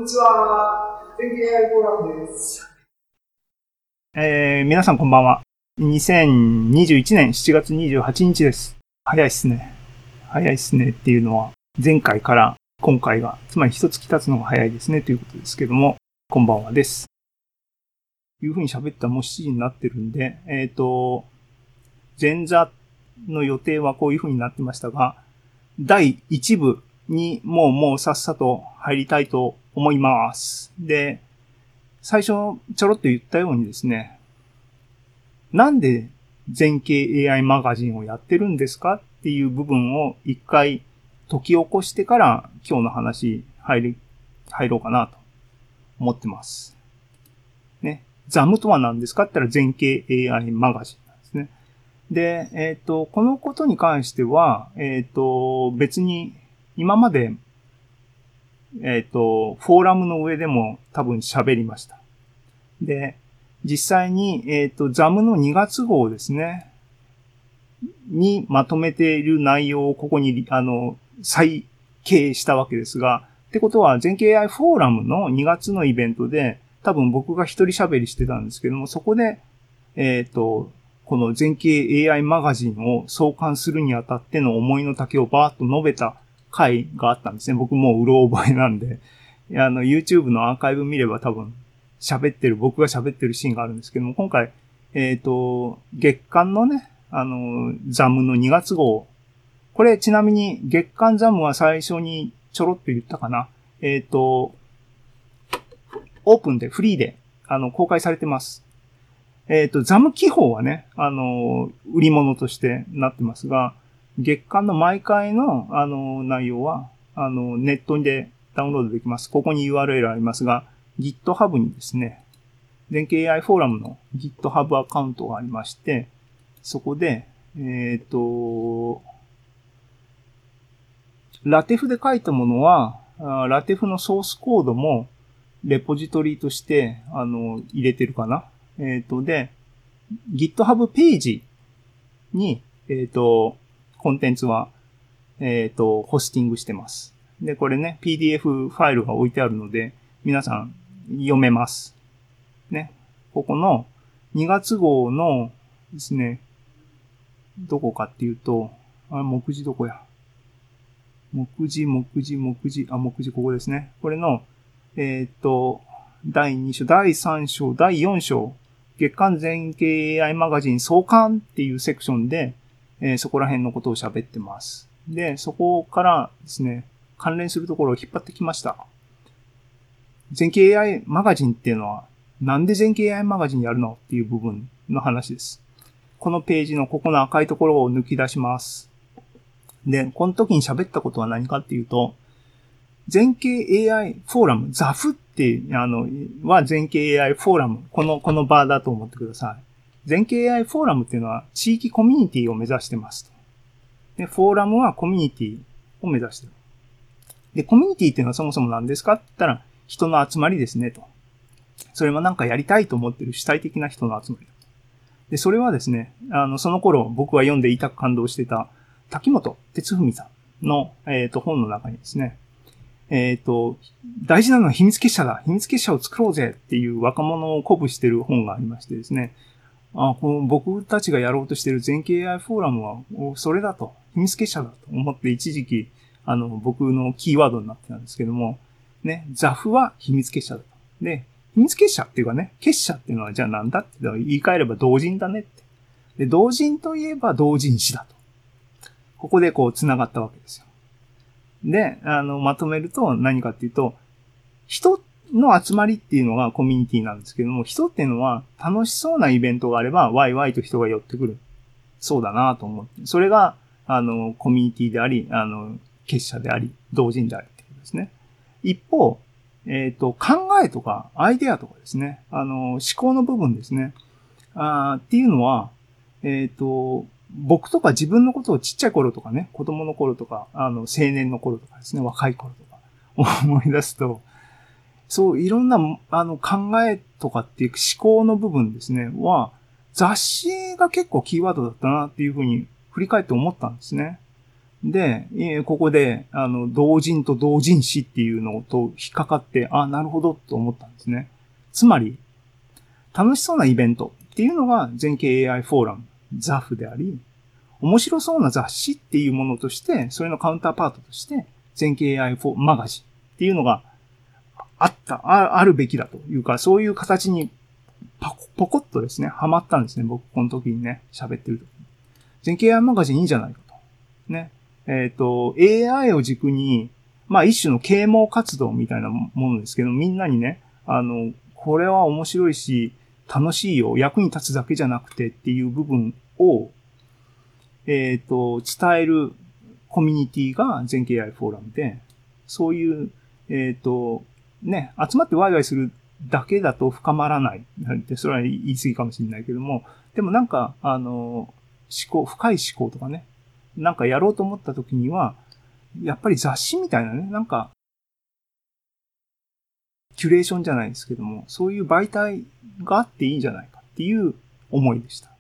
にちは。天気 AI フォーラムです。 皆さんこんばんは。2021年7月28日です。早いっすね。早いっすねっていうのは、前回から今回が、つまり一月経つのが早いですねということですけども、こんばんはです。いう風に喋ったらもう7時になってるんで、前座の予定はこういう風になってましたが、第1部にもうさっさと入りたいと思います。で、最初ちょろっと言ったようにですね、なんで全景 AI マガジンをやってるんですかっていう部分を一回解き起こしてから今日の話入ろうかなと思ってます。ね。ザムとは何ですかって言ったら全景 AI マガジンなんですね。で、このことに関しては、別に今まで、フォーラムの上でも多分喋りました。で、実際に、ザムの2月号ですね。にまとめている内容をここに、再掲したわけですが、ってことは、全景 AI フォーラムの2月のイベントで、多分僕が一人喋りしてたんですけども、そこで、この全景 AI マガジンを創刊するにあたっての思いの丈をバーッと述べた回があったんですね。僕もううろ覚えなんで、YouTube のアーカイブ見れば多分僕が喋ってるシーンがあるんですけども、今回、月間のね、ザムの2月号。これちなみに月間ザムは最初にちょろっと言ったかな。オープンでフリーで、公開されてます。ザム記法はね、売り物としてなってますが、月間の毎回の、内容は、ネットでダウンロードできます。ここに URL ありますが、GitHub にですね、全景 AI フォーラムの GitHub アカウントがありまして、そこで、ラテフで書いたものは、ラテフのソースコードもレポジトリとして、入れてるかな。で、GitHub ページに、コンテンツは、ホスティングしてます。で、これね、PDF ファイルが置いてあるので、皆さん読めます。ね。ここの2月号のですね、どこかっていうと、目次どこや。目次、ここですね。これの、第2章、第3章、第4章、月刊全景 AI マガジン創刊っていうセクションで、そこら辺のことを喋ってます。で、そこからですね、関連するところを引っ張ってきました。全景 AI マガジンっていうのは、なんで全景 AI マガジンやるのっていう部分の話です。このページのここの赤いところを抜き出します。で、この時に喋ったことは何かっていうと、全景 AI フォーラム、ZAF って、は全景 AI フォーラム、この場だと思ってください。全景 AI フォーラムっていうのは地域コミュニティを目指してますと。で、フォーラムはコミュニティを目指してる。で、コミュニティっていうのはそもそも何ですかって言ったら、人の集まりですねと。それもなんかやりたいと思ってる主体的な人の集まり。で、それはですね、その頃僕は読んでいた感動してた滝本哲文さんの、本の中にですね、大事なのは秘密結社だ。秘密結社を作ろうぜっていう若者を鼓舞している本がありましてですね、この僕たちがやろうとしている全景 AI フォーラムは、それだと、秘密結社だと思って一時期、僕のキーワードになってたんですけども、ね、ザフは秘密結社だと。で、秘密結社っていうかね、結社っていうのはじゃあなんだって言い換えれば同人だねって。で、同人といえば同人誌だと。ここでこう繋がったわけですよ。で、まとめると何かっていうと、人の集まりっていうのがコミュニティなんですけども、人っていうのは楽しそうなイベントがあれば、ワイワイと人が寄ってくる。そうだなと思って。それが、コミュニティであり、結社であり、同人でありってことですね。一方、考えとか、アイデアとかですね、思考の部分ですね。っていうのは、僕とか自分のことをちっちゃい頃とかね、子供の頃とか、青年の頃とかですね、若い頃とか思い出すと、そう、いろんな、考えとかっていう思考の部分ですね、は、雑誌が結構キーワードだったなっていうふうに振り返って思ったんですね。 で、ここで、同人と同人誌っていうのと引っかかって、あ、なるほどと思ったんですね。つまり、楽しそうなイベントっていうのが全景 AI フォーラム、ZAF であり、面白そうな雑誌っていうものとして、それのカウンターパートとして、全景 AI マガジンっていうのがあるべきだというか、そういう形にポコッとですね、ハマったんですね。僕、この時にね、喋ってる時に。全景 AI マガジンいいんじゃないかと。ね。AI を軸に、まあ一種の啓蒙活動みたいなものですけど、みんなにね、これは面白いし、楽しいよ、役に立つだけじゃなくてっていう部分を、伝えるコミュニティが全景 AI フォーラムで、そういう、ね、集まってワイワイするだけだと深まらない。なんて、それは言い過ぎかもしれないけども、でもなんか、深い思考とかね、なんかやろうと思った時には、やっぱり雑誌みたいなね、なんか、キュレーションじゃないですけども、そういう媒体があっていいんじゃないかっていう思いでした。